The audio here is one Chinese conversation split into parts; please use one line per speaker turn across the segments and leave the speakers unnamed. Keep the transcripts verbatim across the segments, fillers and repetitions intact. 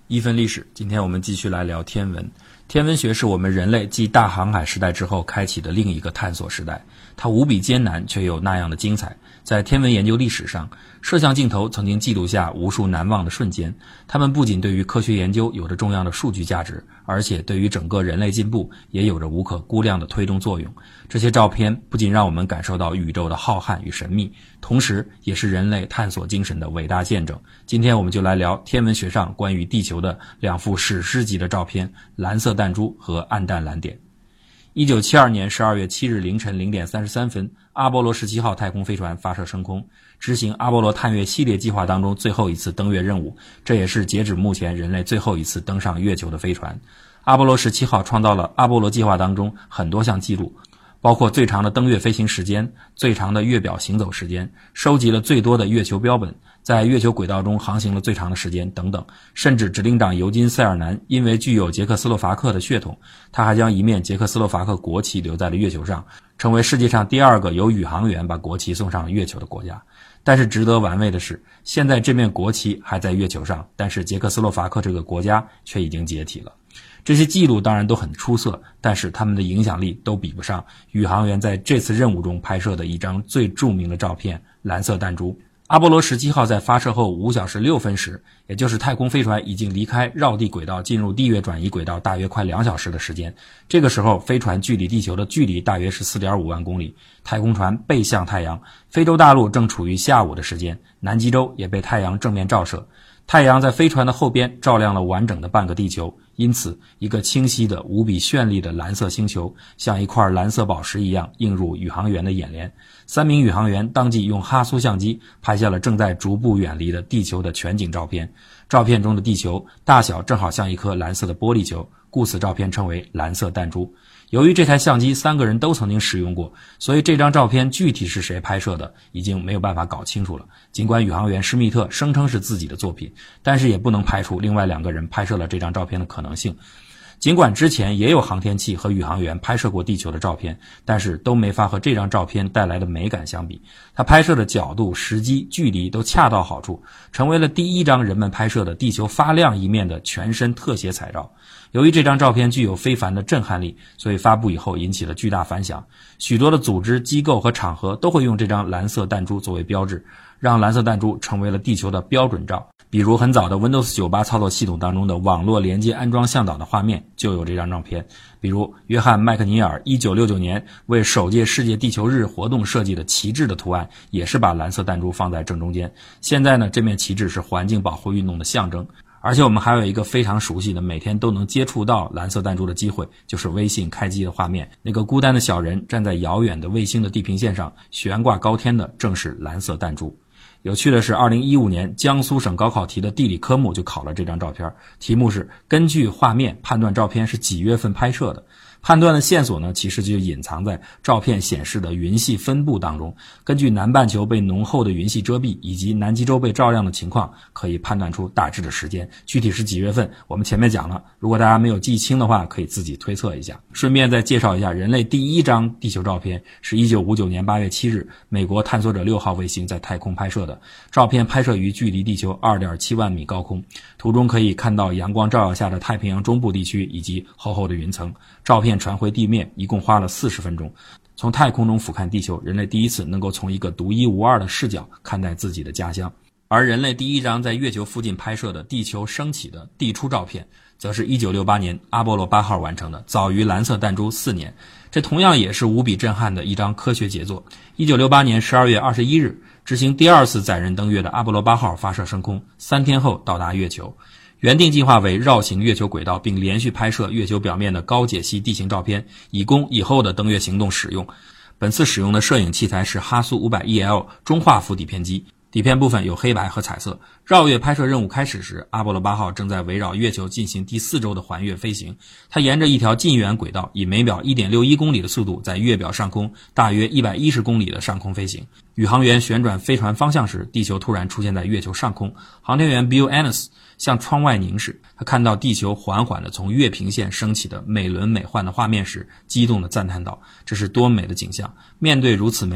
一分历史，今天我们继续来聊天文。天文学是我们人类继大航海时代之后开启的另一个探索时代，它无比艰难，却又那样的精彩。在天文研究历史上，摄像镜头曾经记录下无数难忘的瞬间，它们不仅对于科学研究有着重要的数据价值，而且对于整个人类进步也有着无可估量的推动作用。这些照片不仅让我们感受到宇宙的浩瀚与神秘，同时也是人类探索精神的伟大见证。今天我们就来聊天文学上关于地球的两幅史诗级的照片，蓝色弹珠和暗淡蓝点。一九七二年十二月七日凌晨零点三十三分，阿波罗十七号太空飞船发射升空，执行阿波罗探月系列计划当中最后一次登月任务，这也是截止目前人类最后一次登上月球的飞船。阿波罗十七号创造了阿波罗计划当中很多项记录，包括最长的登月飞行时间、最长的月表行走时间、收集了最多的月球标本、在月球轨道中航行了最长的时间等等。甚至指令长尤金·塞尔南因为具有捷克斯洛伐克的血统，他还将一面捷克斯洛伐克国旗留在了月球上，成为世界上第二个由宇航员把国旗送上月球的国家。但是值得玩味的是，现在这面国旗还在月球上，但是捷克斯洛伐克这个国家却已经解体了。这些记录当然都很出色，但是他们的影响力都比不上宇航员在这次任务中拍摄的一张最著名的照片——蓝色弹珠。阿波罗十七号在发射后五小时六分时，也就是太空飞船已经离开绕地轨道进入地月转移轨道大约快两小时的时间。这个时候飞船距离地球的距离大约是 四点五万公里，太空船背向太阳，非洲大陆正处于下午的时间，南极洲也被太阳正面照射。太阳在飞船的后边照亮了完整的半个地球，因此一个清晰的无比绚丽的蓝色星球像一块蓝色宝石一样映入宇航员的眼帘。三名宇航员当即用哈苏相机拍下了正在逐步远离的地球的全景照片，照片中的地球大小正好像一颗蓝色的玻璃球，故此照片称为蓝色弹珠。由于这台相机三个人都曾经使用过，所以这张照片具体是谁拍摄的已经没有办法搞清楚了。尽管宇航员施密特声称是自己的作品，但是也不能排除另外两个人拍摄了这张照片的可能性。尽管之前也有航天器和宇航员拍摄过地球的照片，但是都没法和这张照片带来的美感相比。它拍摄的角度、时机、距离都恰到好处，成为了第一张人们拍摄的地球发亮一面的全身特写彩照。由于这张照片具有非凡的震撼力，所以发布以后引起了巨大反响。许多的组织、机构和场合都会用这张蓝色弹珠作为标志，让蓝色弹珠成为了地球的标准照。比如很早的 Windows 九十八 操作系统当中的网络连接安装向导的画面就有这张照片。比如约翰麦克尼尔一九六九年为首届世界地球日活动设计的旗帜的图案，也是把蓝色弹珠放在正中间。现在呢，这面旗帜是环境保护运动的象征。而且我们还有一个非常熟悉的每天都能接触到蓝色弹珠的机会，就是微信开机的画面。那个孤单的小人站在遥远的卫星的地平线上，悬挂高天的正是蓝色弹珠。有趣的是，二零一五年江苏省高考题的地理科目就考了这张照片，题目是根据画面判断照片是几月份拍摄的。判断的线索呢，其实就隐藏在照片显示的云系分布当中。根据南半球被浓厚的云系遮蔽，以及南极洲被照亮的情况，可以判断出大致的时间。具体是几月份，我们前面讲了，如果大家没有记清的话，可以自己推测一下。顺便再介绍一下，人类第一张地球照片是一九五九年八月七日，美国探索者六号卫星在太空拍摄的。照片拍摄于距离地球 二点七万米高空，途中可以看到阳光照耀下的太平洋中部地区以及厚厚的云层。照片传回地面一共花了四十分钟。从太空中俯瞰地球，人类第一次能够从一个独一无二的视角看待自己的家乡。而人类第一张在月球附近拍摄的地球升起的地出照片，则是一九六八年阿波罗八号完成的，早于蓝色弹珠四年。这同样也是无比震撼的一张科学杰作。一九六八年十二月二十一日，执行第二次载人登月的阿波罗八号发射升空，三天后到达月球。原定计划为绕行月球轨道，并连续拍摄月球表面的高解析地形照片，以供以后的登月行动使用。本次使用的摄影器材是哈苏 五百 E L 中画幅底片机，底片部分有黑白和彩色。绕月拍摄任务开始时，阿波罗八号正在围绕月球进行第四周的环月飞行。它沿着一条近圆轨道，以每秒 一点六一公里的速度在月表上空大约一百一十公里的上空飞行。宇航员旋转飞船方向时，地球突然出现在月球上空。航天员 Bill Ennis 向窗外凝视，他看到地球缓缓地从月平线升起的美轮美奂的画面时，激动地赞叹道：“这是多美的景象！面对如此美景，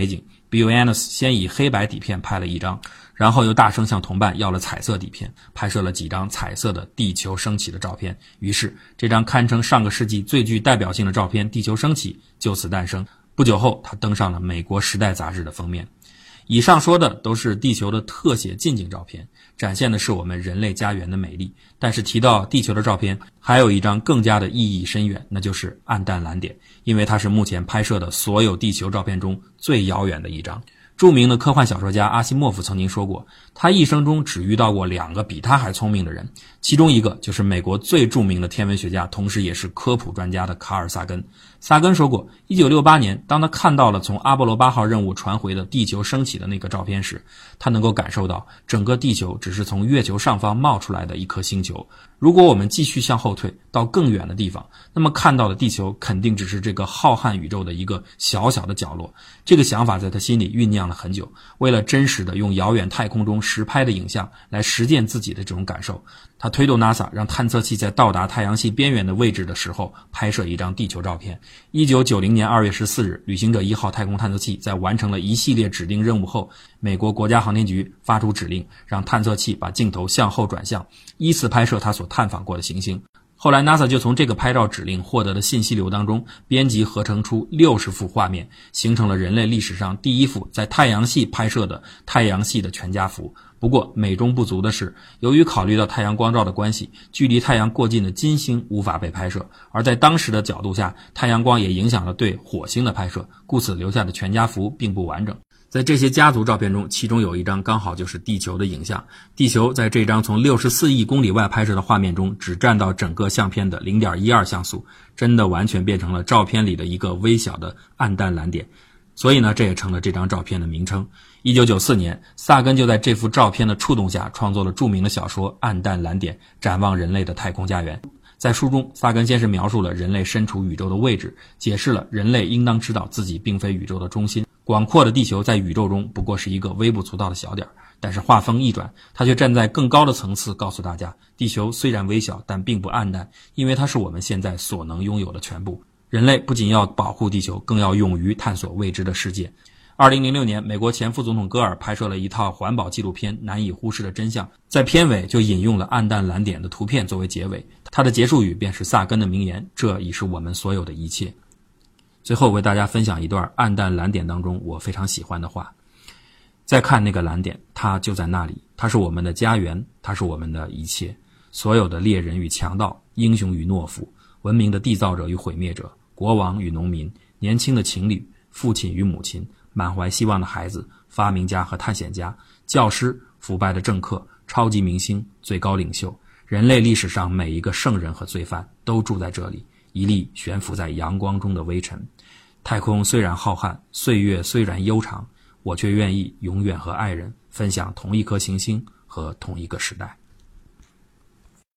Buenos 先以黑白底片拍了一张，然后又大声向同伴要了彩色底片，拍摄了几张彩色的地球升起的照片。于是这张堪称上个世纪最具代表性的照片地球升起就此诞生。不久后它登上了美国时代杂志的封面。以上说的都是地球的特写近景照片，展现的是我们人类家园的美丽。但是提到地球的照片，还有一张更加的意义深远，那就是暗淡蓝点，因为它是目前拍摄的所有地球照片中最遥远的一张。著名的科幻小说家阿西莫夫曾经说过，他一生中只遇到过两个比他还聪明的人，其中一个就是美国最著名的天文学家，同时也是科普专家的卡尔萨根。萨根说过，一九六八年当他看到了从阿波罗八号任务传回的地球升起的那个照片时，他能够感受到整个地球只是从月球上方冒出来的一颗星球。如果我们继续向后退到更远的地方，那么看到的地球肯定只是这个浩瀚宇宙的一个小小的角落。这个想法在他心里酝酿了很久，为了真实的用遥远太空中实拍的影像来实践自己的这种感受，他推动 NASA 让探测器在到达太阳系边缘的位置的时候拍摄一张地球照片。一九九零年二月十四日，旅行者一号太空探测器在完成了一系列指定任务后，美国国家航天局发出指令，让探测器把镜头向后转向，依次拍摄他所探访过的行星。后来 NASA 就从这个拍照指令获得的信息流当中编辑合成出六十幅画面，形成了人类历史上第一幅在太阳系拍摄的太阳系的全家福。不过美中不足的是，由于考虑到太阳光照的关系，距离太阳过近的金星无法被拍摄，而在当时的角度下，太阳光也影响了对火星的拍摄，故此留下的全家福并不完整。在这些家族照片中，其中有一张刚好就是地球的影像。地球在这张从六十四亿公里外拍摄的画面中只占到整个相片的 零点一二 像素，真的完全变成了照片里的一个微小的暗淡蓝点。所以呢，这也成了这张照片的名称。一九九四年，萨根就在这幅照片的触动下创作了著名的小说《暗淡蓝点：展望人类的太空家园》。在书中，萨根先是描述了人类身处宇宙的位置，解释了人类应当知道自己并非宇宙的中心，广阔的地球在宇宙中不过是一个微不足道的小点。但是话锋一转，他却站在更高的层次告诉大家，地球虽然微小，但并不暗淡，因为它是我们现在所能拥有的全部。人类不仅要保护地球，更要勇于探索未知的世界。二零零六年，美国前副总统戈尔拍摄了一套环保纪录片《难以忽视的真相》，在片尾就引用了暗淡蓝点的图片作为结尾，他的结束语便是萨根的名言：这已是我们所有的一切。最后为大家分享一段暗淡蓝点当中我非常喜欢的话：再看那个蓝点，它就在那里，它是我们的家园，它是我们的一切。所有的猎人与强盗，英雄与懦夫，文明的缔造者与毁灭者，国王与农民，年轻的情侣，父亲与母亲，满怀希望的孩子，发明家和探险家，教师，腐败的政客，超级明星，最高领袖，人类历史上每一个圣人和罪犯都住在这里，一粒悬浮在阳光中的微尘。太空虽然浩瀚，岁月虽然悠长，我却愿意永远和爱人分享同一颗行星和同一个时代。